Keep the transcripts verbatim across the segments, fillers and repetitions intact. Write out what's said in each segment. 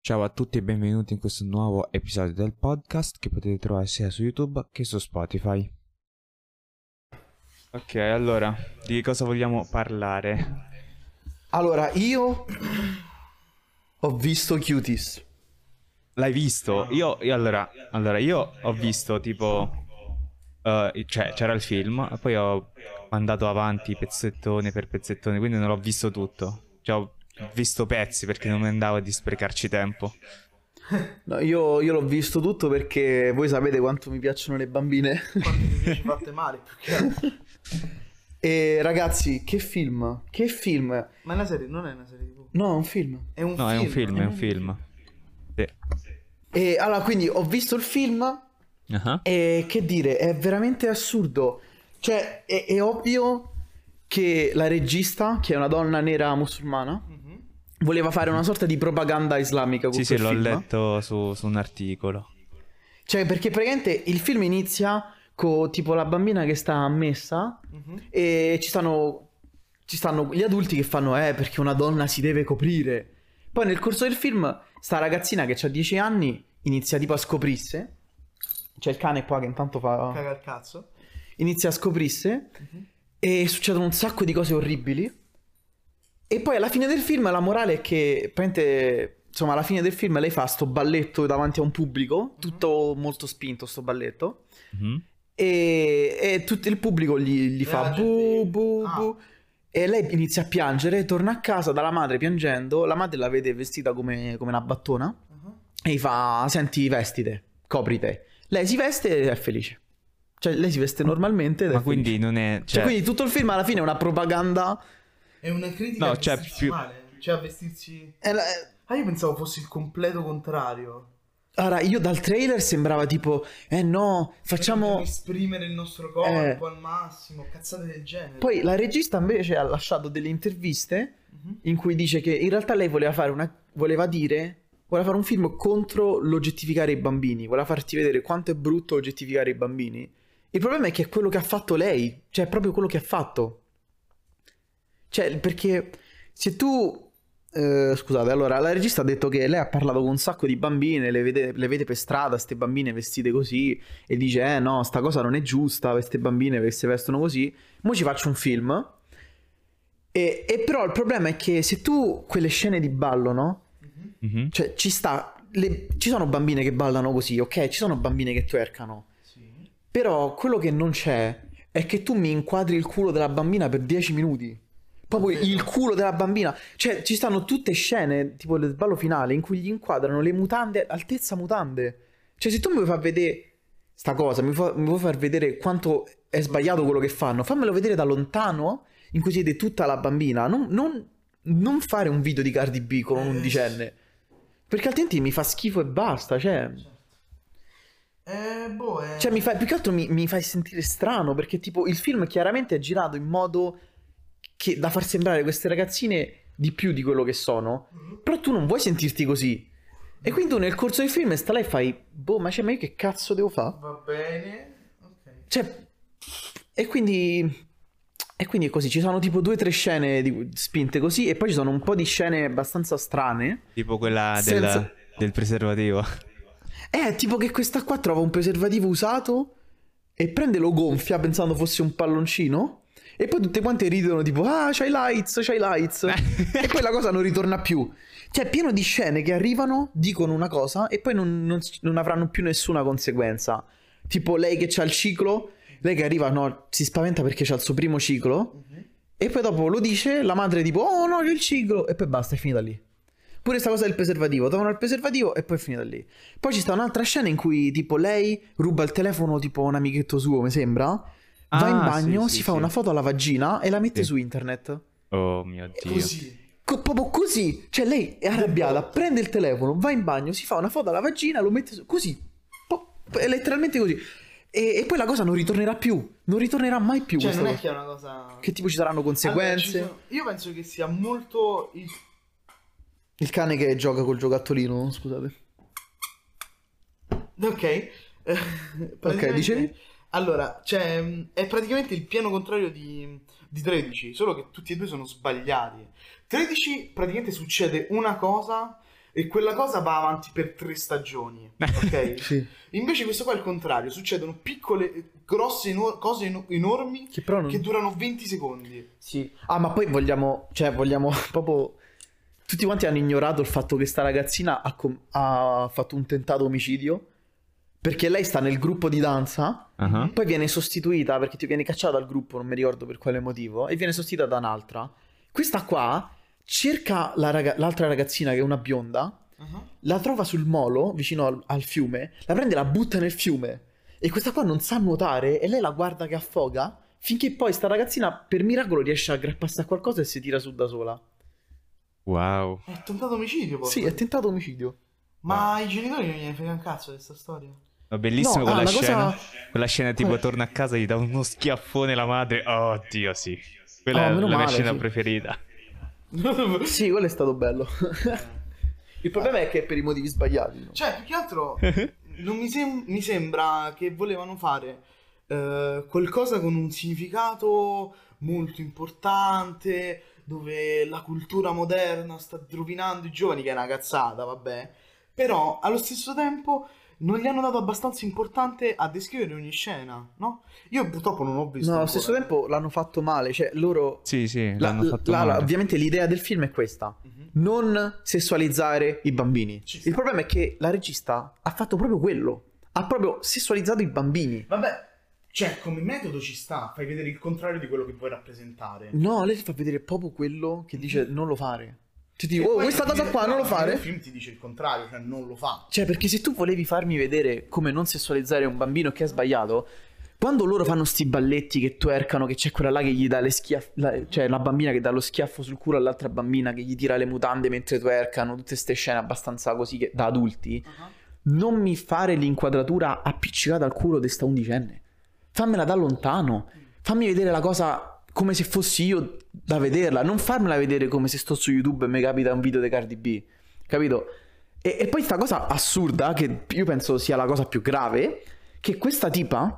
Ciao a tutti e benvenuti in questo nuovo episodio del podcast che potete trovare sia su YouTube che su Spotify. Ok, allora, di cosa vogliamo parlare? Allora, io ho visto Cuties. L'hai visto? Io, io allora, allora, io ho visto tipo... eh, cioè, c'era il film, e poi ho mandato avanti pezzettone per pezzettone, quindi non l'ho visto tutto. Cioè, ho visto pezzi perché non mi andavo di sprecarci tempo. No, io, io l'ho visto tutto perché voi sapete quanto mi piacciono le bambine. Quante ti ci fatte male più che altro. E ragazzi, che film? Che film? Ma è una serie, non è una serie tivù. No, è un film. È un No, film. è un film, è un film. Sì. E allora, quindi ho visto il film Ah. e che dire, è veramente assurdo. Cioè, è, è ovvio che la regista, che è una donna nera musulmana, Mhm. voleva fare una sorta di propaganda islamica con Sì, sì, quel l'ho film. letto su, su un articolo. Cioè, perché praticamente il film inizia con tipo la bambina che sta a messa Mhm. e ci stanno, ci stanno gli adulti che fanno eh perché una donna si deve coprire. Poi nel corso del film sta ragazzina che ha dieci anni inizia tipo a scoprirsi. C'è il cane qua che intanto fa... Caga il cazzo. Inizia a scoprirsi Mhm. e succedono un sacco di cose orribili. E poi alla fine del film la morale è che praticamente, insomma, alla fine del film lei fa sto balletto davanti a un pubblico, tutto molto spinto sto balletto. Mhm. E, e tutto il pubblico gli, gli E fa la bu gente- bu Ah. bu e lei inizia a piangere, torna a casa dalla madre piangendo, la madre la vede vestita come, come una battona Mhm. e gli fa senti vestite, coprite. Lei si veste e è felice. Cioè lei si veste normalmente ed è Ma quindi felice. non è... Cioè, Cioè, quindi tutto il film alla fine è una propaganda. È una critica No, a cioè, vestirsi più- male. Cioè a vestirsi... è la- Ah, io pensavo fosse il completo contrario. Allora, io dal trailer sembrava tipo, eh no, facciamo... Dobbiamo esprimere il nostro corpo Eh. al massimo, cazzate del genere. Poi la regista invece ha lasciato delle interviste Mhm. in cui dice che in realtà lei voleva fare una... voleva dire... voleva fare un film contro l'oggettificare i bambini, voleva farti vedere quanto è brutto oggettificare i bambini. Il problema è che è quello che ha fatto lei, cioè è proprio quello che ha fatto. Cioè, perché se tu... eh, scusate, allora, la regista ha detto che lei ha parlato con un sacco di bambine, le vede, le vede per strada, ste bambine vestite così, e dice, eh no, sta cosa non è giusta, queste bambine che si vestono così. Mo' ci faccio un film. E, e però il problema è che se tu quelle scene di ballo, no? mhm. Cioè, ci sta... le- ci sono bambine che ballano così, ok? Ci sono bambine che twerkano. Sì. Però quello che non c'è è che tu mi inquadri il culo della bambina per dieci minuti. Proprio Davvero? il culo della bambina. Cioè, ci stanno tutte scene, tipo il ballo finale, in cui gli inquadrano le mutande, altezza mutande. Cioè, se tu mi vuoi far vedere sta cosa, mi, fa- mi vuoi far vedere quanto è sbagliato quello che fanno, fammelo vedere da lontano, in cui si vede tutta la bambina. Non, non- non fare un video di Cardi B con un Eh, undicenne. Perché altrimenti mi fa schifo e basta, cioè... Certo. Eh, boh, è... Cioè, mi fai, più che altro mi, mi fai sentire strano, perché tipo il film chiaramente è girato in modo che da far sembrare queste ragazzine di più di quello che sono, Mhm. però tu non vuoi sentirti così. E quindi tu nel corso del film sta là e fai, boh, ma, cioè, ma io che cazzo devo fare? Va bene. Ok. Cioè, e quindi... E quindi è così, ci sono tipo due o tre scene di- spinte così, e poi ci sono un po' di scene abbastanza strane. Tipo quella del, Senza- del preservativo. È tipo che questa qua trova un preservativo usato e prende lo gonfia pensando fosse un palloncino e poi tutte quante ridono tipo ah c'hai lights, c'hai lights e poi la cosa non ritorna più. Cioè è pieno di scene che arrivano, dicono una cosa e poi non, non- non avranno più nessuna conseguenza. Tipo lei che c'ha il ciclo, lei che arriva no, si spaventa perché c'ha il suo primo ciclo Mhm. e poi dopo lo dice, la madre tipo oh no c'è il ciclo e poi basta, è finita lì. Pure sta cosa del preservativo, trovano il preservativo e poi è finita lì. Poi ci sta un'altra scena in cui tipo lei ruba il telefono tipo a un amichetto suo, mi sembra. Va Ah, in bagno, sì, si sì, fa sì. una foto alla vagina e la mette Sì. su internet. Oh mio Dio. Così. Co- proprio così. Cioè lei è arrabbiata, prende il telefono, va in bagno, si fa una foto alla vagina, lo mette su... Così. Po- è letteralmente così. E, e poi la cosa non ritornerà più. Non ritornerà mai più Cioè, questa non è cosa. che è una cosa... Che tipo ci saranno Allora, conseguenze. ci sono- Io penso che sia molto... il- Il cane che gioca col giocattolino, scusate. Ok. Eh, praticamente- dicevi? Allora, cioè, mh, è praticamente il piano contrario di, di tredici, solo che tutti e due sono sbagliati. tredici praticamente succede una cosa e quella cosa va avanti per tre stagioni, ok? Sì. Invece questo qua è il contrario, succedono piccole, grosse eno- cose eno- enormi Che però non... che durano venti secondi. Sì. Ah, ma poi vogliamo, cioè vogliamo proprio... Tutti quanti hanno ignorato il fatto che sta ragazzina ha, com- ha fatto un tentato omicidio perché lei sta nel gruppo di danza, Ah. poi viene sostituita perché ti viene cacciata dal gruppo, non mi ricordo per quale motivo, e viene sostituita da un'altra. Questa qua cerca la raga- l'altra ragazzina che è una bionda, Uh-huh. la trova sul molo vicino al, al fiume, la prende e la butta nel fiume. E questa qua non sa nuotare e lei la guarda che affoga finché poi sta ragazzina per miracolo riesce a aggrapparsi a qualcosa e si tira su da sola. Wow. È tentato omicidio poi. Sì, è tentato omicidio. Ma ai genitori non gliene frega un cazzo di questa storia. Ma bellissimo No, quella ah, la scena. cosa- Quella scena tipo Qual è? torna a casa e gli dà uno schiaffone la madre. Oh Dio, sì. Quella Oh, è meno la mia male, scena sì. preferita. Sì, quello è stato bello. Il problema è che è per i motivi sbagliati. No? Cioè, più che altro non mi, sem- mi sembra che volevano fare eh, qualcosa con un significato molto importante, dove la cultura moderna sta rovinando i giovani, che è una cazzata, vabbè. Però allo stesso tempo non gli hanno dato abbastanza importante a descrivere ogni scena, no? Io purtroppo non ho visto No, allo ancora. stesso tempo l'hanno fatto male. Cioè, loro... Sì, sì, La- l'hanno fatto la- la- male. ovviamente l'idea del film è questa: Mhm. non sessualizzare i bambini. Ci sta. Il problema è che la regista ha fatto proprio quello, ha proprio sessualizzato i bambini. Vabbè, cioè, come metodo ci sta, fai vedere il contrario di quello che vuoi rappresentare. No, lei fa vedere proprio quello che dice non lo fare. Ti E dico, oh, poi questa ti cosa dice- qua non lo no, fare. Il film ti dice il contrario, cioè non lo fa. Cioè, perché se tu volevi farmi vedere come non sessualizzare un bambino che ha sbagliato, quando loro fanno sti balletti che twerkano, che c'è quella là che gli dà le schiaff... cioè la bambina che dà lo schiaffo sul culo all'altra bambina, che gli tira le mutande mentre twerkano, tutte ste scene abbastanza così che, da adulti, non mi fare l'inquadratura appiccicata al culo di sta undicenne. Fammela da lontano. Fammi vedere la cosa come se fossi io da vederla, non farmela vedere come se sto su YouTube e mi capita un video di Cardi B, capito? E, e poi sta cosa assurda, che io penso sia la cosa più grave, che questa tipa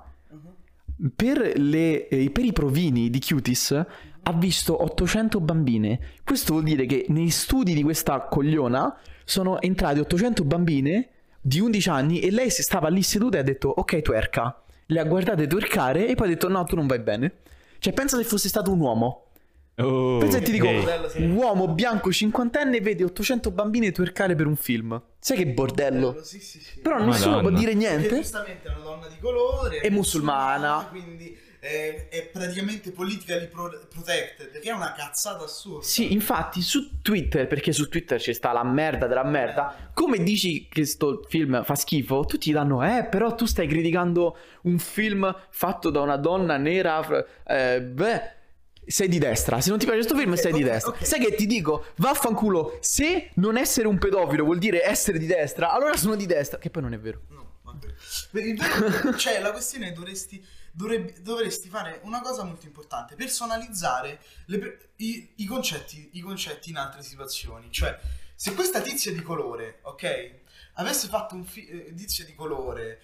per, le, eh, per i provini di Cuties ha visto ottocento bambine. Questo vuol dire che nei studi di questa cogliona sono entrate ottocento bambine di undici anni e lei si stava lì seduta e ha detto ok twerka. Le ha guardate twerkare e poi ha detto no, tu non vai bene. Cioè pensa se fosse stato un uomo. Oh, Pensa che ti dico, ok. Bello, sì. un uomo bianco cinquantenne vede ottocento bambine twerkare per un film. Sai che bordello? Sì, sì, sì. Però nessuno Madonna. può dire Perché niente. giustamente è una donna di colore, È musulmana. quindi è, è praticamente politically pro- protected, che è una cazzata assurda. Sì, infatti su Twitter, perché su Twitter ci sta la merda della merda, come dici che sto film fa schifo, tutti danno, eh, però tu stai criticando un film fatto da una donna nera, fr- eh, beh, sei di destra. Se non ti piace questo film, Ok, sei di ok, destra. ok. Sai che ti dico, vaffanculo, se non essere un pedofilo vuol dire essere di destra, allora sono di destra, che poi non è vero. No, vabbè. Per il vero- cioè, la questione è dovresti, dovrebbe- dovresti fare una cosa molto importante: personalizzare le per- i, i concetti, i concetti in altre situazioni. Cioè, se questa tizia di colore, ok, avesse fatto un fi- eh, tizia di colore,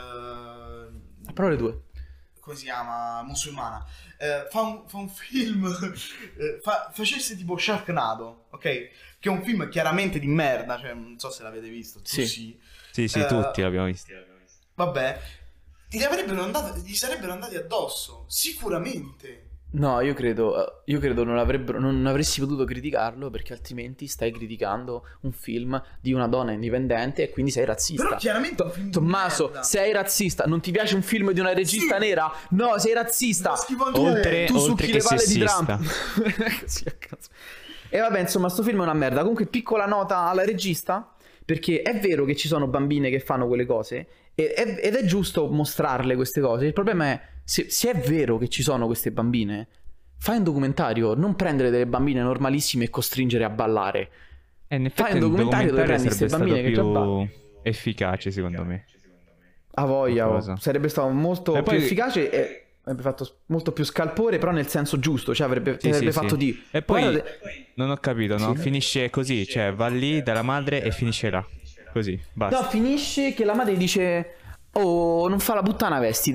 eh, Parole due. come si chiama, musulmana, eh, fa, un, fa un film, eh, fa- facesse tipo Sharknado, ok? Che è un film chiaramente di merda, cioè non so se l'avete visto, tu Sì. sì. Sì, sì, Eh, tutti l'abbiamo visto. Vabbè, gli, avrebbero andato, gli sarebbero andati addosso, sicuramente. No, io credo, io credo non avrebbero, non avresti potuto criticarlo perché altrimenti stai criticando un film di una donna indipendente e quindi sei razzista. Però chiaramente è un film di Tommaso, merda. sei razzista. Non ti piace un film di una regista Sì. nera? No, sei razzista. Lo schifo anche Oltre- te. Tu succhi che le palle di sessista. Trump. Così a cazzo. E vabbè, insomma, sto film è una merda. Comunque, piccola nota alla regista, perché è vero che ci sono bambine che fanno quelle cose e- e- ed è giusto mostrarle queste cose. Il problema è, se, se è vero che ci sono queste bambine, fai un documentario, non prendere delle bambine normalissime e costringere a ballare. E in Fai effetti un un documentario dove prendi sarebbe queste bambine che già stato più efficace, secondo me. A voglia, Cosa? oh. Sarebbe stato molto E più poi- efficace e avrebbe fatto molto più scalpore, però nel senso giusto, cioè avrebbe, ti Sì, avrebbe sì, fatto sì. di... E poi Guarda- non ho capito, no? Sì. Finisce così, cioè va lì dalla madre e finisce là. Così, basta. No, finisce che la madre dice: oh, non fa la puttana, vestite.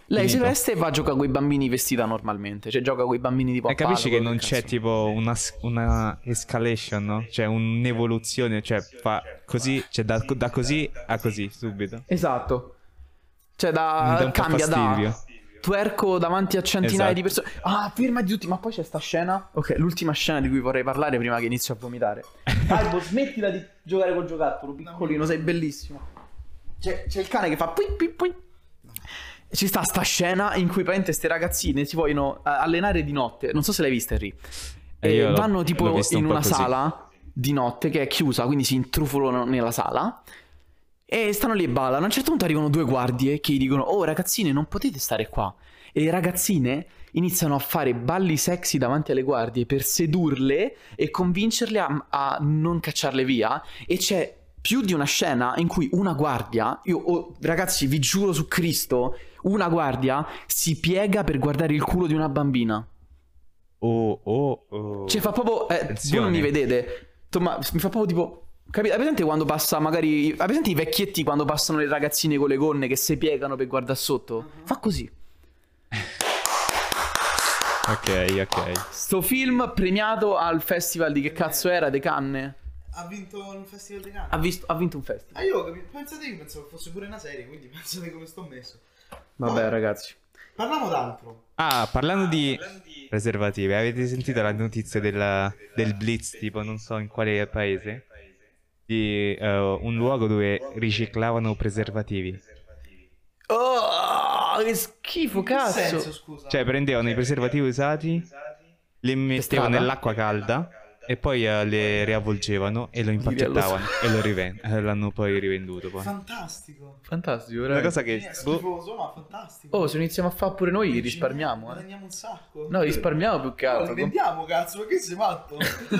Lei si Finito. veste e va a giocare con i bambini vestita normalmente. Cioè gioca con i bambini tipo a E capisci pallo, che quello non c'è cazzo. tipo una, s- una escalation, no? Cioè un'evoluzione, cioè fa così, cioè da, da così a così, subito. Esatto. Cioè Mi dà da un po' cambia fastidio. da twerco davanti a centinaia Esatto. di persone. Ah, fermati tutti, ma poi c'è sta scena. Ok, l'ultima scena di cui vorrei parlare prima che inizio a vomitare. Albo, smettila di giocare col giocattolo, piccolino, sei bellissimo. C'è, c'è il cane che fa pui pui pui. Ci sta sta scena in cui praticamente ste ragazzine si vogliono eh, allenare di notte. Non so se l'hai vista, Henry. Eh, E io l'ho- vanno l'ho tipo vista in un po' una così. sala di notte che è chiusa, quindi si intrufolano nella sala. E stanno lì e ballano. A un certo punto arrivano due guardie che gli dicono: oh ragazzine, non potete stare qua. E le ragazzine iniziano a fare balli sexy davanti alle guardie per sedurle e convincerle a, a non cacciarle via. E c'è più di una scena in cui una guardia, io oh, ragazzi vi giuro su Cristo, una guardia si piega per guardare il culo di una bambina. Oh, oh, oh. Cioè fa proprio eh, voi Attenzione. non mi vedete, ma mi fa proprio tipo, capite? Hai presente quando passa magari, hai presente i vecchietti quando passano le ragazzine con le gonne che si piegano per guardare sotto? Fa così. Ok, ok. Sto film premiato al festival di che cazzo era, De Cannes. Ha vinto il Festival dei Cannes. Ha, visto- ha vinto un festival. Ah, io ho capito. Pensate, io pensavo che fosse pure una serie, quindi pensate come sto messo. Vabbè ragazzi. Parliamo d'altro. Ah, parlando di preservativi, avete sentito la notizia della- del Blitz, tipo non so in quale paese? Di eh, un luogo dove riciclavano preservativi. Oh, che schifo, In che cazzo. senso, scusa? Cioè prendevano i preservativi usati, li mettevano strada? nell'acqua calda e poi eh, le riavvolgevano e lo impacchettavano e lo riven- eh, l'hanno poi rivenduto poi. Fantastico. Fantastico, Una cosa che... È boh, schifoso, ma fantastico. Oh, se lo iniziamo a fare pure noi risparmiamo, eh. Guadagniamo un sacco. No, risparmiamo più che No, altro. li vendiamo, cazzo, ma che sei matto?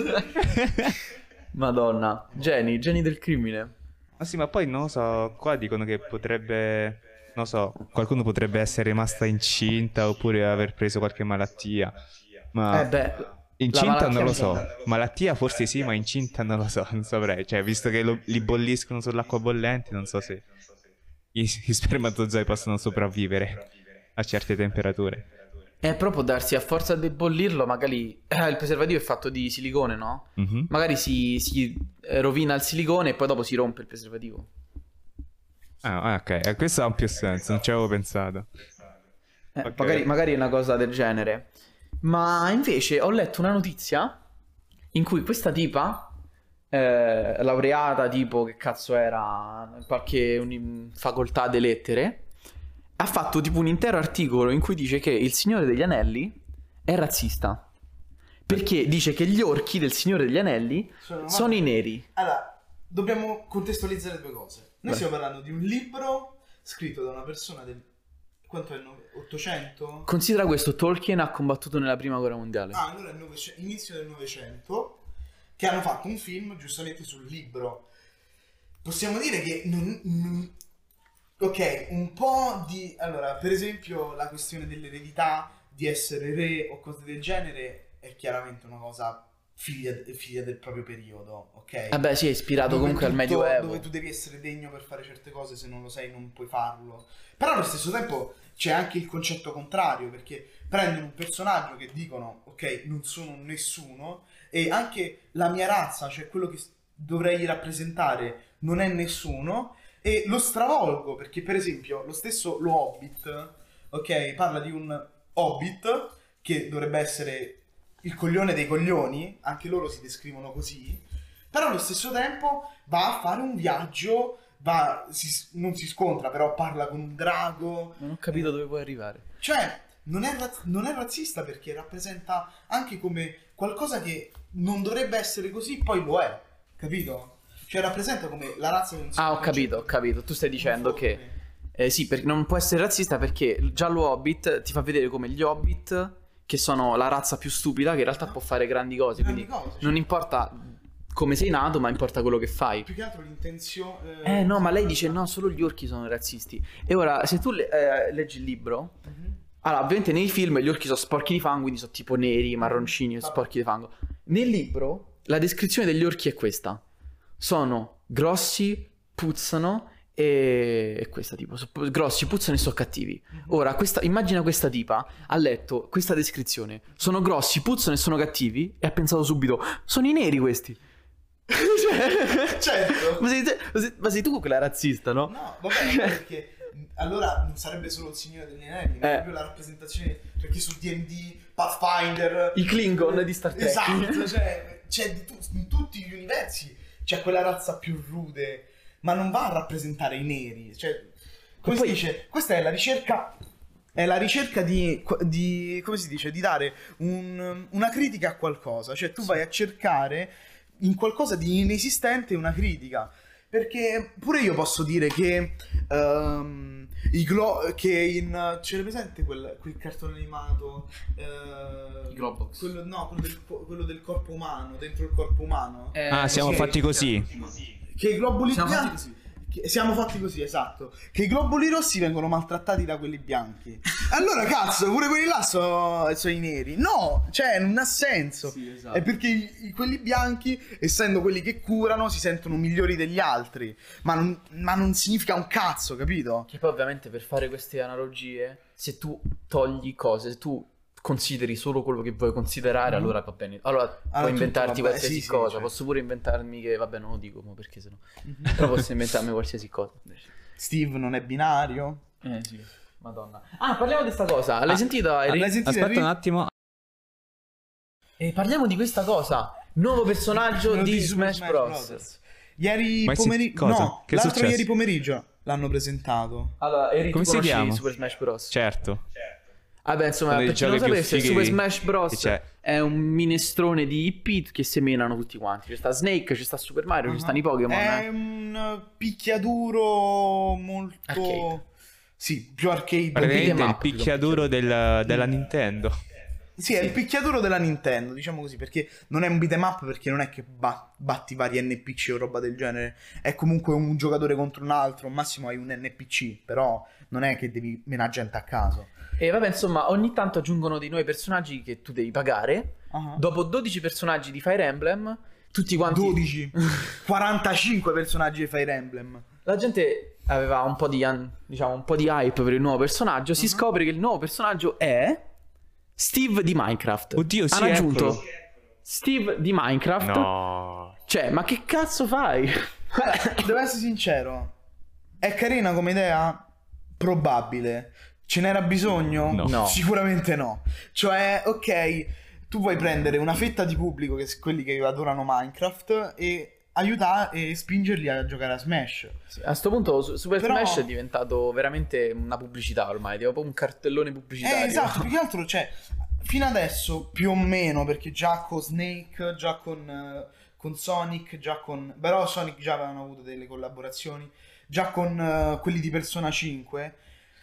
Madonna, geni, geni del crimine. Ma sì, ma poi non lo so, qua dicono che potrebbe, non so, qualcuno potrebbe essere rimasta incinta oppure aver preso qualche malattia. Ma Eh beh, incinta non lo mi so, sembra- malattia forse sì, ma incinta non lo so, non saprei. Cioè, visto che lo- li bolliscono sull'acqua bollente, non so se i, i spermatozoi possono sopravvivere a certe temperature. Eh, però può darsi a forza di bollirlo, magari eh, il preservativo è fatto di silicone, no? Mhm. Magari si, si eh, rovina il silicone e poi dopo si rompe il preservativo. Ah, ok, eh, questo ha un più senso, non ci avevo pensato. Eh, Ok. magari, magari è una cosa del genere. Ma invece ho letto una notizia in cui questa tipa, eh, laureata tipo, che cazzo era, in qualche uni- facoltà delle lettere, ha fatto tipo un intero articolo in cui dice che il Signore degli Anelli è razzista. Perché dice che gli orchi del Signore degli Anelli Sono- sono i neri. Allora, dobbiamo contestualizzare due cose. Noi Vai. stiamo parlando di un libro scritto da una persona del... quanto è? il nove- ottocento? Considera questo, Tolkien ha combattuto nella prima guerra mondiale. Ah, allora è il novece- inizio del Novecento, che hanno fatto un film giustamente sul libro. Possiamo dire che non, non- ok, un po' di... Allora, per esempio, la questione dell'eredità, di essere re o cose del genere, è chiaramente una cosa figlia, figlia del proprio periodo, ok? Vabbè, sì, è ispirato Dove comunque al tutto- Medioevo. Dove tu devi essere degno per fare certe cose, se non lo sei non puoi farlo. Però allo stesso tempo c'è anche il concetto contrario, perché prendono un personaggio che dicono, ok, non sono nessuno, e anche la mia razza, cioè quello che s- dovrei rappresentare, non è nessuno, e lo stravolgo, perché per esempio lo stesso lo Hobbit, ok, parla di un Hobbit che dovrebbe essere il coglione dei coglioni, anche loro si descrivono così, però allo stesso tempo va a fare un viaggio, va, si- non si scontra, però parla con un drago, Non ho capito dove vuoi arrivare. cioè non è, raz- non è razzista perché rappresenta anche come qualcosa che non dovrebbe essere così, poi lo è, capito? Cioè rappresenta come la razza che non si Ah, ho riconosce capito, ho capito. Tu stai dicendo uniforme. che eh, sì, perché non può essere razzista perché già lo Hobbit ti fa vedere come gli Hobbit, che sono la razza più stupida, che in realtà può fare grandi cose. Grandi Quindi cose, cioè. non importa come sei nato, ma importa quello che fai. Più che altro l'intenzione... Eh no, ma lei dice no, solo gli orchi sono razzisti. E ora, se tu le- eh, leggi il libro, Mhm. allora, ovviamente nei film gli orchi sono sporchi di fango, quindi sono tipo neri, marroncini, Vabbè. sporchi di fango. Nel libro, la descrizione degli orchi è questa. Sono grossi, puzzano E, e questa tipo, so- grossi, puzzano e sono cattivi. Ora, questa, immagina questa tipa ha letto questa descrizione: sono grossi, puzzano e sono cattivi, e ha pensato subito: sono i neri questi. Cioè, Certo. ma, sei, ma sei- ma sei tu quella razzista, no? No, vabbè, perché allora non sarebbe solo il Signore degli Anelli, ma Eh. proprio la rappresentazione, perché su D and D, Pathfinder, I Klingon di Star Trek. esatto, cioè c'è di tu- in tutti gli universi c'è quella razza più rude, ma non va a rappresentare i neri, cioè come poi- si dice, questa è la ricerca è la ricerca di, di come si dice, di dare un- una critica a qualcosa, cioè tu vai a cercare in qualcosa di inesistente una critica. Perché pure io posso dire che ehm, i glo- che in c'era presente quel, quel cartone animato eh, I Globox. quello, no, quello del, co- quello del corpo umano, dentro il corpo umano, Eh, Ah, siamo sì. fatti così. che i globuli Siamo fatti bianchi che- siamo fatti così, esatto, che i globuli rossi vengono maltrattati da quelli bianchi. Allora cazzo, pure quelli là sono, sono i neri. No, cioè non ha senso. Sì, esatto. È perché i- i- quelli bianchi, essendo quelli che curano, si sentono migliori degli altri. Ma non, ma non significa un cazzo, capito? Che poi ovviamente per fare queste analogie, se tu togli cose, se tu consideri solo quello che vuoi considerare, allora va bene. Allora puoi tutto inventarti va bene, qualsiasi sì, sì, cosa. cioè. Posso pure inventarmi che, vabbè, non lo dico, ma perché sennò. Però posso inventarmi qualsiasi cosa. Steve non è binario. Eh sì, madonna. Ah, parliamo di questa cosa. L'hai sentita? Eri? L'hai sentita, Aspetta Ri? un attimo. E parliamo di questa cosa. Nuovo personaggio Quello di, Super Smash Bros. Ieri Ma si- pomeriggio, cosa? no, Che è l'altro successo? ieri pomeriggio l'hanno presentato. Allora, Eri, Come tu si conosci chiama? Super Smash Bros? Certo. Vabbè, insomma, Uno dei per chi non lo giochi più sapesse, fighi Super Smash Bros. che c'è. è un minestrone di hippie che semenano tutti quanti. C'è sta Snake, c'è sta Super Mario, ci stanno i Pokémon. È eh. un picchiaduro molto Arcade. sì, più arcade. Praticamente beat 'em il up, picchiaduro del- della Nintendo. Sì, è il picchiaduro della Nintendo, diciamo così, perché non è un beat'em up, perché non è che ba- batti vari N P C o roba del genere, è comunque un giocatore contro un altro, al massimo hai un N P C, però non è che devi menare gente a caso. E vabbè, insomma, ogni tanto aggiungono dei nuovi personaggi che tu devi pagare. Ah. Dopo dodici personaggi di Fire Emblem, tutti quanti... dodici quarantacinque personaggi di Fire Emblem. La gente aveva un po' di, an- diciamo, un po' di hype per il nuovo personaggio. Si scopre che il nuovo personaggio è Steve di Minecraft. Oddio, sì, Hanno aggiunto eccolo. Steve di Minecraft. No. Cioè, ma che cazzo fai? Devo essere sincero, è carina come idea? Probabile. Ce n'era bisogno? No. No. Sicuramente no. Cioè, ok, tu vuoi prendere una fetta di pubblico, che quelli che adorano Minecraft, e aiutare e spingerli a giocare a Smash. A sto punto Su- Super Però- Smash è diventato veramente una pubblicità ormai, tipo un cartellone pubblicitario. Eh, esatto, più che altro, cioè, fino adesso più o meno, perché già con Snake, già con, eh, con Sonic, già con... Però Sonic già avevano avuto delle collaborazioni, già con eh, quelli di Persona cinque,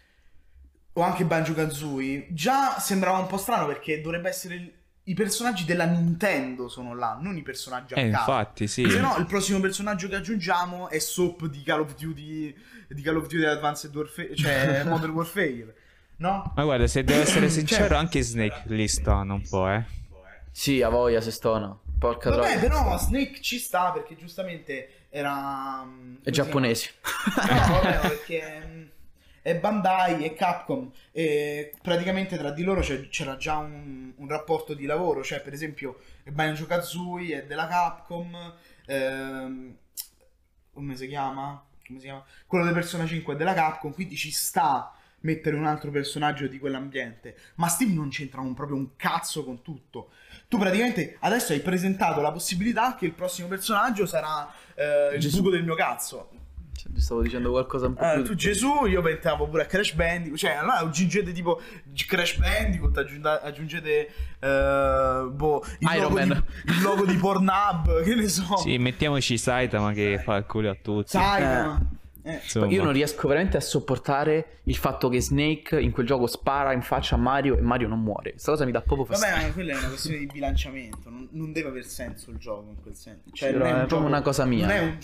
o anche Banjo-Kazooie, già sembrava un po' strano, perché dovrebbe essere... il- I personaggi della Nintendo sono là, non i personaggi a Eh, caso. infatti, sì. Se no, il prossimo personaggio che aggiungiamo è Soap di Call of Duty, di Call of Duty Advanced Warfare, cioè Modern Warfare, no? Ma guarda, se devo essere sincero, Cioè- anche Snake lì stanno un po', eh. Sì, a voglia se stono. Porca Vabbè, troia. però Snake ci sta, perché giustamente era... mm, È giapponese. No, vabbè, perché mm, è Bandai e Capcom, e praticamente tra di loro c'è- c'era già un, un rapporto di lavoro, cioè per esempio Banjo-Kazooie è della Capcom, ehm, come si chiama? Come si chiama? Quello di Persona cinque è della Capcom, quindi ci sta mettere un altro personaggio di quell'ambiente, ma Steve non c'entra un- proprio un cazzo con tutto. Tu praticamente adesso hai presentato la possibilità che il prossimo personaggio sarà eh, il Gesù. buco del mio cazzo. Cioè, ti stavo dicendo qualcosa un po' Ah, più... tu Gesù, io pensavo pure a Crash Bandicoot, cioè allora aggiungete tipo Crash Bandicoot, aggiunta- aggiungete eh, boh, il, Iron logo Man. di, il logo di Pornhub, che ne so, Sì, mettiamoci Saitama che fa il culo a tutti. Saitama. Eh. Insomma. Io non riesco veramente a sopportare il fatto che Snake in quel gioco spara in faccia a Mario e Mario non muore. Questa cosa mi dà proprio fastidio. Vabbè, ma quella è una questione di bilanciamento, non, non deve aver senso il gioco in quel senso. Cioè, Sì, non però è un proprio gioco- una cosa mia. Non è un gioco.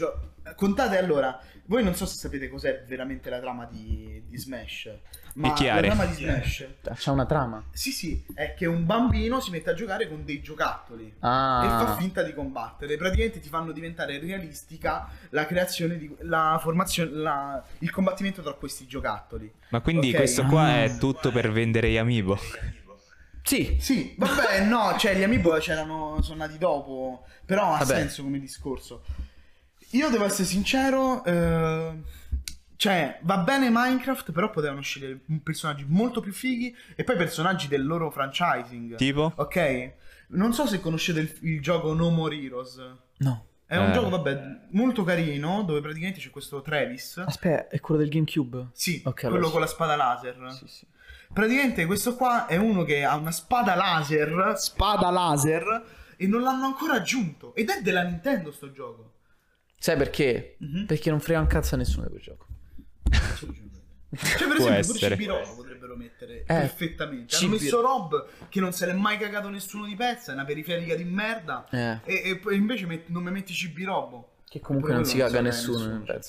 contate allora, voi non so se sapete cos'è veramente la trama di, di Smash, ma È chiaro. la trama di Smash, C'ha una trama. sì sì, è che un bambino si mette a giocare con dei giocattoli Ah. e fa finta di combattere. Praticamente ti fanno diventare realistica la creazione di la formazione, la, il combattimento tra questi giocattoli. Ma quindi Ok. questo qua è tutto per vendere gli amiibo. Sì. Sì, vabbè, no, cioè gli amiibo c'erano, sono nati dopo, però ha Vabbè. senso come discorso. Io devo essere sincero, eh, cioè va bene Minecraft, però potevano scegliere personaggi molto più fighi e poi personaggi del loro franchising. Tipo? Ok? Non so se conoscete il, il gioco No More Heroes. No. È un Eh. gioco, vabbè, molto carino, dove praticamente c'è questo Travis. Aspetta, è quello del GameCube? Sì, Ok, quello allora con la spada laser. sì. Sì, sì. Praticamente questo qua è uno che ha una spada laser, spada laser, e non l'hanno ancora aggiunto. Ed è della Nintendo sto gioco. Sai perché? Mhm. Perché non frega un cazzo a nessuno di quel gioco. Cioè, per Può esempio, pure essere. Cibi Rob potrebbero mettere Eh, perfettamente. Hanno Cibi- messo Rob che non se l'è mai cagato nessuno di pezza, è una periferica di merda. Eh. E, e poi invece met- non mi metti Cibi Rob. Che comunque Pure non si quello caga non se nessuno ne nel caga pezzo.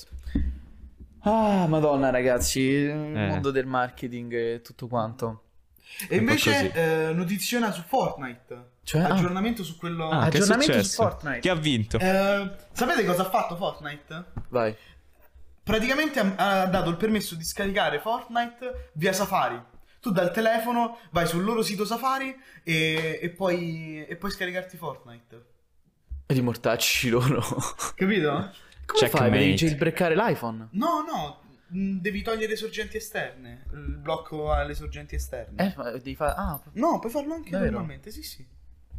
Ah, madonna ragazzi, il Eh. mondo del marketing e tutto quanto. E Un po' invece così. eh, notiziona su Fortnite. Cioè, ah. Aggiornamento su quello. Ah, che è Aggiornamento su successo? Fortnite. Chi ha vinto? Eh, sapete cosa ha fatto Fortnite? Vai. Praticamente ha, ha dato il permesso di scaricare Fortnite via Safari. Tu dal telefono vai sul loro sito Safari e, e poi, e puoi scaricarti Fortnite. E rimortacci loro. Capito? Come Checkmate. fai? Devi jailbreakare l'iPhone? No, no, mh, devi togliere le sorgenti esterne. Il blocco alle sorgenti esterne. Eh, ma devi fare... Ah, No, puoi farlo anche Davvero? normalmente, sì sì.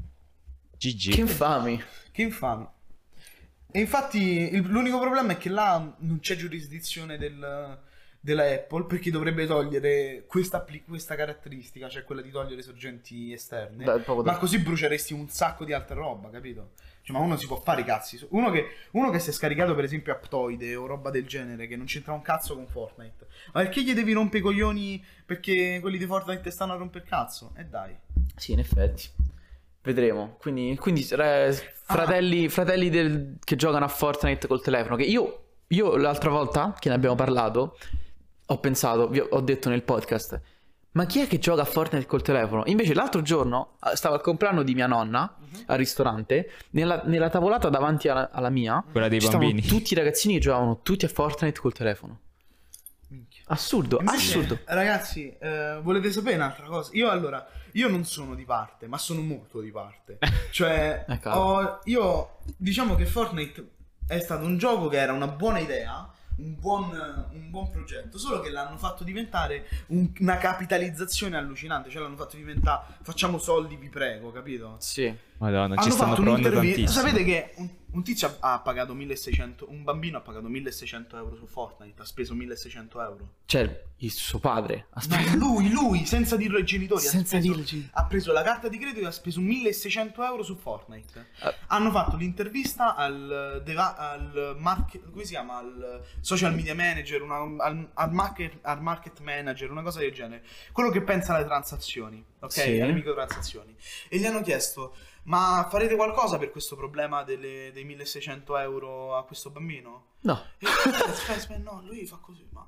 G G. che infami. Che infami. E infatti il- l'unico problema è che là non c'è giurisdizione del, della Apple, perché dovrebbe togliere questa, appli- questa caratteristica, cioè quella di togliere le sorgenti esterne. Dai, proprio da- Ma così bruceresti un sacco di altra roba, capito? Cioè, ma uno si può fare i cazzi. su- Uno che, uno che si è scaricato per esempio Aptoide o roba del genere, che non c'entra un cazzo con Fortnite. Ma perché gli devi rompere i coglioni perché quelli di Fortnite stanno a romper cazzo? E dai. Sì, in effetti. Vedremo. Quindi, quindi re- fratelli, fratelli del- che giocano a Fortnite col telefono. Che io, io l'altra volta che ne abbiamo parlato, ho pensato, vi ho, ho detto nel podcast, ma chi è che gioca a Fortnite col telefono? Invece l'altro giorno eh, stavo al compleanno di mia nonna al ristorante, nella, nella tavolata davanti alla, alla mia, Quella dei ci stavano bambini. tutti i ragazzini che giocavano tutti a Fortnite col telefono. Minchia. Assurdo, Invece, assurdo. Ragazzi, eh, volete sapere un'altra cosa? Io allora, io non sono di parte, ma sono molto di parte. Cioè, Eh, cavolo. ho- io diciamo che Fortnite è stato un gioco che era una buona idea, un buon, un buon progetto, solo che l'hanno fatto diventare un- una capitalizzazione allucinante, cioè l'hanno fatto diventare facciamo soldi, vi prego, capito? Sì. Madonna, ci Hanno stanno fatto provando un'intervista. tantissimo. Sapete che un, un tizio ha, ha pagato milleseicento, un bambino ha pagato milleseicento euro su Fortnite, ha speso milleseicento euro. Cioè, il suo padre. No, Aspetta. lui, lui, senza dirlo ai genitori, ha Senza speso- dirlo ai genitori. ha preso la carta di credito e ha speso milleseicento euro su Fortnite. Eh. Hanno fatto l'intervista al, deva- al market, come si chiama? Al social media manager, una- al, al market, al market manager, una cosa del genere. Quello che pensa alle transazioni, ok? Sì. Alle microtransazioni. E gli hanno chiesto, ma farete qualcosa per questo problema delle- dei milleseicento euro a questo bambino? No. E aspetta, aspetta, aspetta, no, lui fa così, ma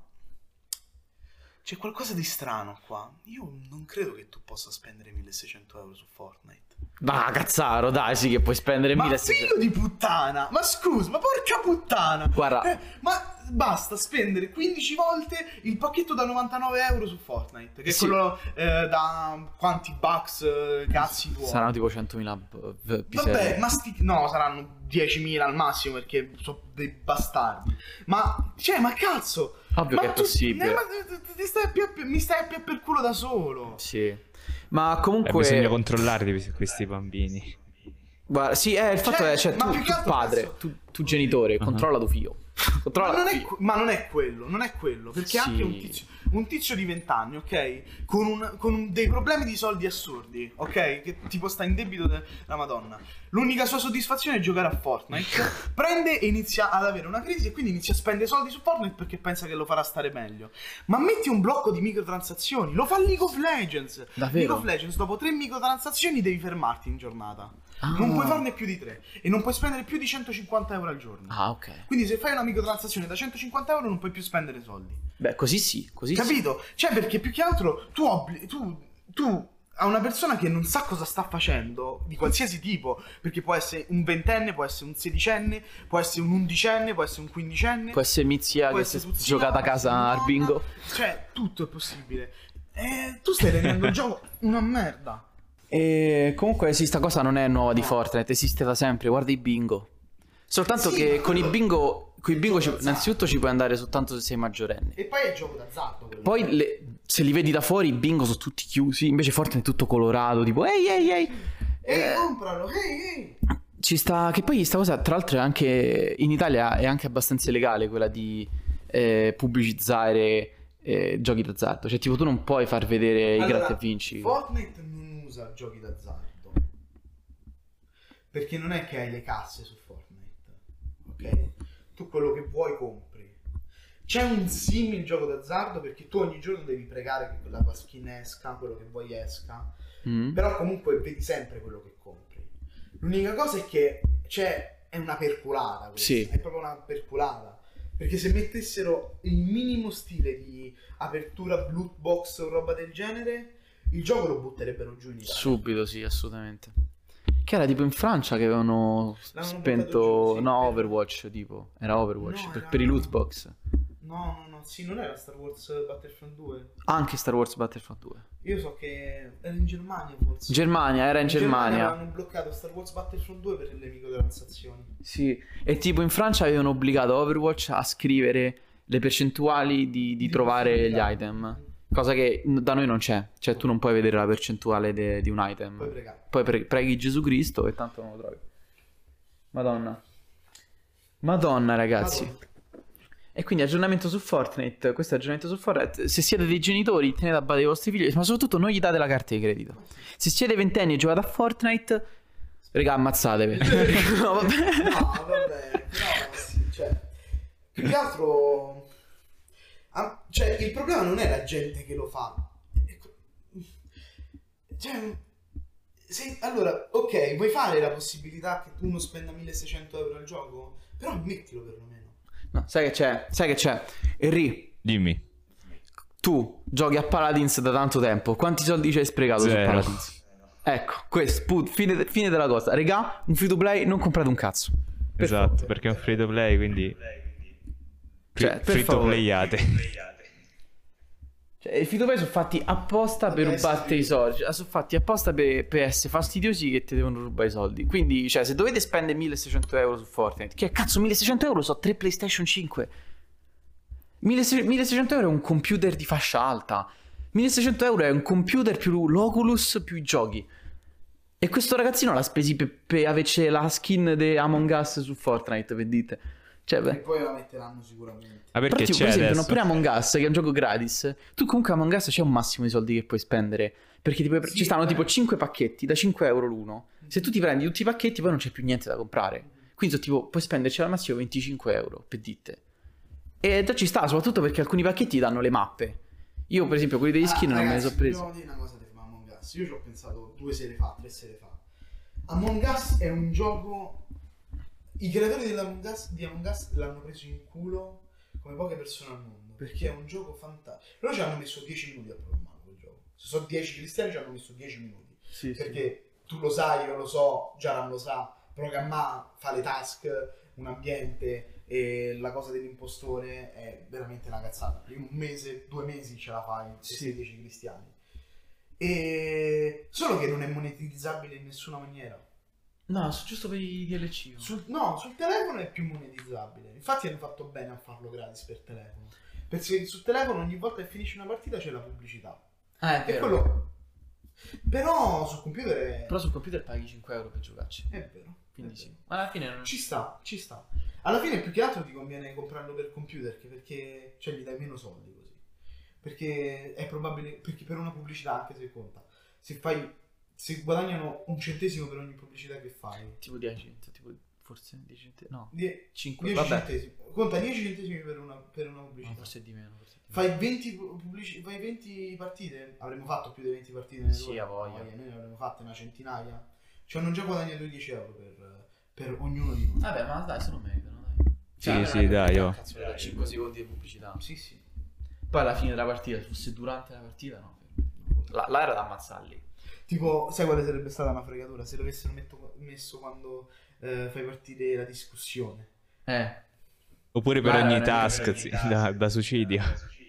c'è qualcosa di strano qua. Io non credo che tu possa spendere milleseicento euro su Fortnite. Ma cazzaro, dai, sì che puoi spendere Ma milleseicento. figlio di puttana! Ma scusa, ma porca puttana! Guarda. Eh, ma basta spendere quindici volte il pacchetto da novantanove euro su Fortnite. Che è Sì. quello eh, da quanti bucks eh, cazzi vuoi. Saranno tipo centomila b- b- piselli. Vabbè, ma sti... no, saranno diecimila al massimo perché sono dei bastardi. Ma, cioè, ma cazzo! Ovvio ma che è possibile. eh, ma ti- ti stai a pia- mi stai a pia per culo da solo. Sì. Ma Eh, comunque bisogna controllarli questi bambini. guarda, sì, eh, il fatto Cioè, è cioè, ma tu, più che tu altro, padre, cazzo- tu, tu genitore, Uh-huh. controlla tuo figlio. Ma Controlla non, tuo è, figlio. que- ma non è quello, non è quello. Perché Sì. anche un tizio, un tizio di venti anni, ok? Con, un- con un- dei problemi di soldi assurdi, ok? Che tipo sta in debito della Madonna. L'unica sua soddisfazione è giocare a Fortnite. Prende e inizia ad avere una crisi e quindi inizia a spendere soldi su Fortnite perché pensa che lo farà stare meglio. Ma metti un blocco di microtransazioni, lo fa League of Legends. Davvero? League of Legends, dopo tre microtransazioni devi fermarti in giornata. Ah. Non puoi farne più di tre e non puoi spendere più di centocinquanta euro al giorno. Ah, ok. Quindi se fai una microtransazione da centocinquanta euro non puoi più spendere soldi. Beh, così sì, così Capito? Cioè, perché più che altro tu, obbli- tu, tu a una persona che non sa cosa sta facendo, di qualsiasi tipo, perché può essere un ventenne, può essere un sedicenne, può essere un undicenne, può essere un quindicenne, sì. Può essere mizia può che essere si è tuo zio, giocata a può casa essere al nonna. bingo. Cioè, tutto è possibile. E tu stai rendendo il gioco una merda. E comunque sì, sta cosa non è nuova di Fortnite, esiste da sempre, guarda i bingo. Soltanto Sì, che ma con i quello- bingo, con i il bingo gioco ci- d'azzardo. innanzitutto ci puoi andare soltanto se sei maggiorenne. E poi è il gioco d'azzardo. quello. Poi le- se li vedi da fuori i bingo sono tutti chiusi, invece Fortnite è tutto colorato, tipo ehi ehi ehi. Ehi, Eh, compralo, ehi, ehi. Ci sta, che poi sta cosa tra l'altro è anche in Italia è anche abbastanza illegale quella di eh, pubblicizzare eh, giochi d'azzardo. Cioè tipo tu non puoi far vedere i Allora, gratta e vinci. Fortnite non usa giochi d'azzardo. Perché non è che hai le casse su Fortnite. Ok? Tu quello che vuoi compri. C'è un simile gioco d'azzardo perché tu ogni giorno devi pregare che quella tua skin esca, quello che vuoi esca. Mm. Però comunque vedi sempre quello che compri. L'unica cosa è che c'è è una perculata questa, Sì. è proprio una perculata. Perché se mettessero il minimo stile di apertura loot box o roba del genere, il gioco lo butterebbero giù in Italia. Subito, sì, assolutamente. Che era tipo in Francia che avevano L'avevano spento. buttato giù, sì, no, per- Overwatch, tipo. Era Overwatch. No, per, era- per i loot box. No, no, no, sì, non era Star Wars Battlefront due. Anche Star Wars Battlefront due. Io so che era in Germania forse. Germania, era in Germania. avevano bloccato Star Wars Battlefront due per le microtransazioni. Sì. E tipo in Francia avevano obbligato Overwatch a scrivere le percentuali di, di trovare gli possibilità. item. Cosa che da noi non c'è. Cioè tu non puoi vedere la percentuale de- di un item. Poi pregare. Poi pre- preghi Gesù Cristo e tanto non lo trovi. Madonna. Madonna, ragazzi. Madonna. E quindi aggiornamento su Fortnite. Questo è aggiornamento su Fortnite. Se siete dei genitori, tenete a bada i vostri figli, ma soprattutto non gli date la carta di credito. Se siete ventenni e giocate a Fortnite, raga, ammazzatevi. No, vabbè. No, vabbè, però sì, cioè, più che altro, ah, cioè, il problema non è la gente che lo fa. Cioè, se, allora, ok, vuoi fare la possibilità che uno spenda milleseicento euro al gioco? Però ammettilo perlomeno. No, sai che c'è? Sai che c'è? Henry, Dimmi. tu giochi a Paladins da tanto tempo. Quanti soldi ci hai sprecato Zero. su Paladins? Ecco, questo, put, fine, fine della cosa. Regà, un free to play, non comprate un cazzo. Per Esatto, favore. perché è un free to play, quindi free, Cioè, per free to favore. playate. Cioè, i free to play sono fatti apposta per Per essere rubarti i soldi. Cioè, sono fatti apposta per, per essere fastidiosi che ti devono rubare i soldi. Quindi, cioè, se dovete spendere milleseicento euro su Fortnite, che cazzo, milleseicento euro sono tre PlayStation cinque. milleseicento euro è un computer di fascia alta. milleseicento euro è un computer più l'Oculus più i giochi. E questo ragazzino l'ha spesi per, per averci la skin di Among Us su Fortnite, per dite. Cioè, E beh. poi la metteranno sicuramente. Ma perché Però, tipo, c'è per esempio, adesso? no, pure Among Us, che è un gioco gratis. Tu comunque Among Us c'è un massimo di soldi che puoi spendere. Perché tipo, Sì, ci stanno beh. tipo cinque pacchetti da cinque euro l'uno. Se tu ti prendi tutti i pacchetti, poi non c'è più niente da comprare. Quindi so, tipo, puoi spenderci al massimo venticinque euro per ditte. E già ci sta, soprattutto perché alcuni pacchetti danno le mappe. Io, per esempio, quelli degli skin Ah, non me ne ragazzi, sono presi. Devo dire una cosa di Among Us. Io ci ho pensato due sere fa, tre sere fa. Among Us è un gioco. I creatori dell'Among Us, di Among Us l'hanno preso in culo come poche persone al mondo. Perché è un gioco fantastico. Loro ci hanno messo dieci minuti a programmare quel gioco. Se sono dieci cristiani ci hanno messo dieci minuti. Sì, Perché tu lo sai, io lo so, Giaran lo sa. Programmare, fa le task, un ambiente e la cosa dell'impostore è veramente una cazzata. In un mese, due mesi ce la fai se sei dieci cristiani. E solo che non è monetizzabile in nessuna maniera. No, sono giusto per i D L C. Sul, no, sul telefono è più monetizzabile. Infatti hanno fatto bene a farlo gratis per telefono. Perché sul telefono ogni volta che finisci una partita c'è la pubblicità. Ah, è E quello. Però sul computer è. Però sul computer paghi cinque euro per giocarci. È vero. Quindi è sì. vero. Ma alla fine non... Ci sta, ci sta. Alla fine più che altro ti conviene comprarlo per computer che perché cioè gli dai meno soldi così. Perché è probabile, perché per una pubblicità anche se conta, se fai, se guadagnano un centesimo per ogni pubblicità che fai, Tipo dieci, tipo forse dieci centesimi. No, die- cinque. dieci Vabbè. centesimi, conta dieci centesimi per una, per una pubblicità. No, forse di meno. Forse di meno. Fai venti, pubblici, fai venti partite, avremmo fatto più di venti partite nel Sì, ruolo. a voglia. Noi ne avremmo fatte una centinaia. Ci hanno già guadagnato dieci euro per, per ognuno di noi. Vabbè, ma dai, se lo meritano, dai. Sì, sì, dai, oh. Cazzo, da cinque secondi di pubblicità. Sì, sì. Poi alla fine della partita, se fosse durante la partita, no. Là, là era da ammazzarli. Tipo, sai quale sarebbe stata una fregatura? Se l'avessero metto- messo quando eh, fai partire la discussione. Eh. Oppure per Dai, ogni non è task, per sì, ogni da, da suicidio.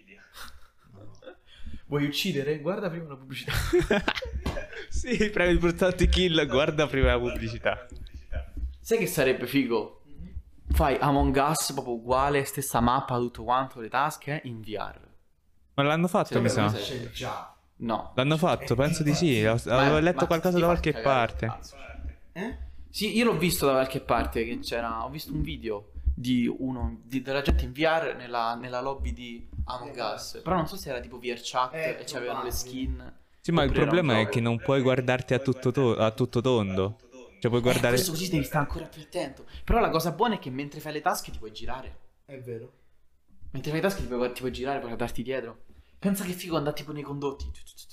Vuoi uccidere? Guarda prima la pubblicità. Sì, premi il portante kill, guarda prima la pubblicità. Sai che sarebbe figo? Fai Among Us proprio uguale, stessa mappa, tutto quanto, le tasche, in V R. Ma l'hanno fatto, Sì, mi vabbè, sa. questo C'è già. No. L'hanno fatto, penso di sì. Ho- Ma- Avevo letto ma qualcosa ti da fa qualche cagare parte. il cazzo. Eh? Sì, io l'ho visto da qualche parte che c'era. Ho visto un video di uno di- della gente in V R nella, nella lobby di Among Us. Però non so se era tipo V R chat Eh, e c'avevano le skin. Sì, ma il oppure era un problema è gioco. che non puoi guardarti a tutto, to- a tutto tondo. Cioè puoi Eh, guardare... questo così devi stare ancora più attento. Però la cosa buona è che mentre fai le tasche ti puoi girare. È vero. Mentre fai le tasche ti puoi, ti puoi girare per guardarti dietro. Pensa che figo andare tipo nei condotti.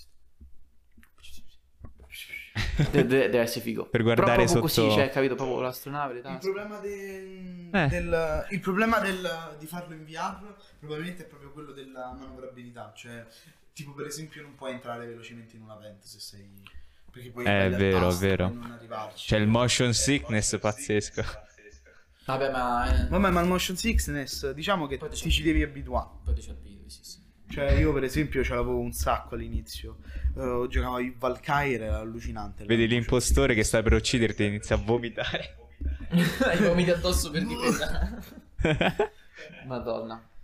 De- de- deve essere figo. Per guardare Però proprio sotto- così, cioè, capito? Proprio l'astronave, le Il tasche. problema, de- Eh. del, il problema del- di farlo in V R probabilmente è proprio quello della manovrabilità. Cioè, tipo per esempio non puoi entrare velocemente in una vent se sei... Perché poi Eh, è vero, è vero. non arrivarci. C'è il motion sickness pazzesco. Vabbè, ma... eh, Vabbè, ma il motion sickness diciamo che Poi ti c'è- ci devi abituare. Poi c'è il video, sì, sì. Cioè io per esempio ce l'avevo un sacco all'inizio. Uh, giocavo in Valkyrie, era allucinante. Vedi l'impostore che sta per ucciderti e inizia a vomitare. Hai vomiti addosso per difesa. Madonna.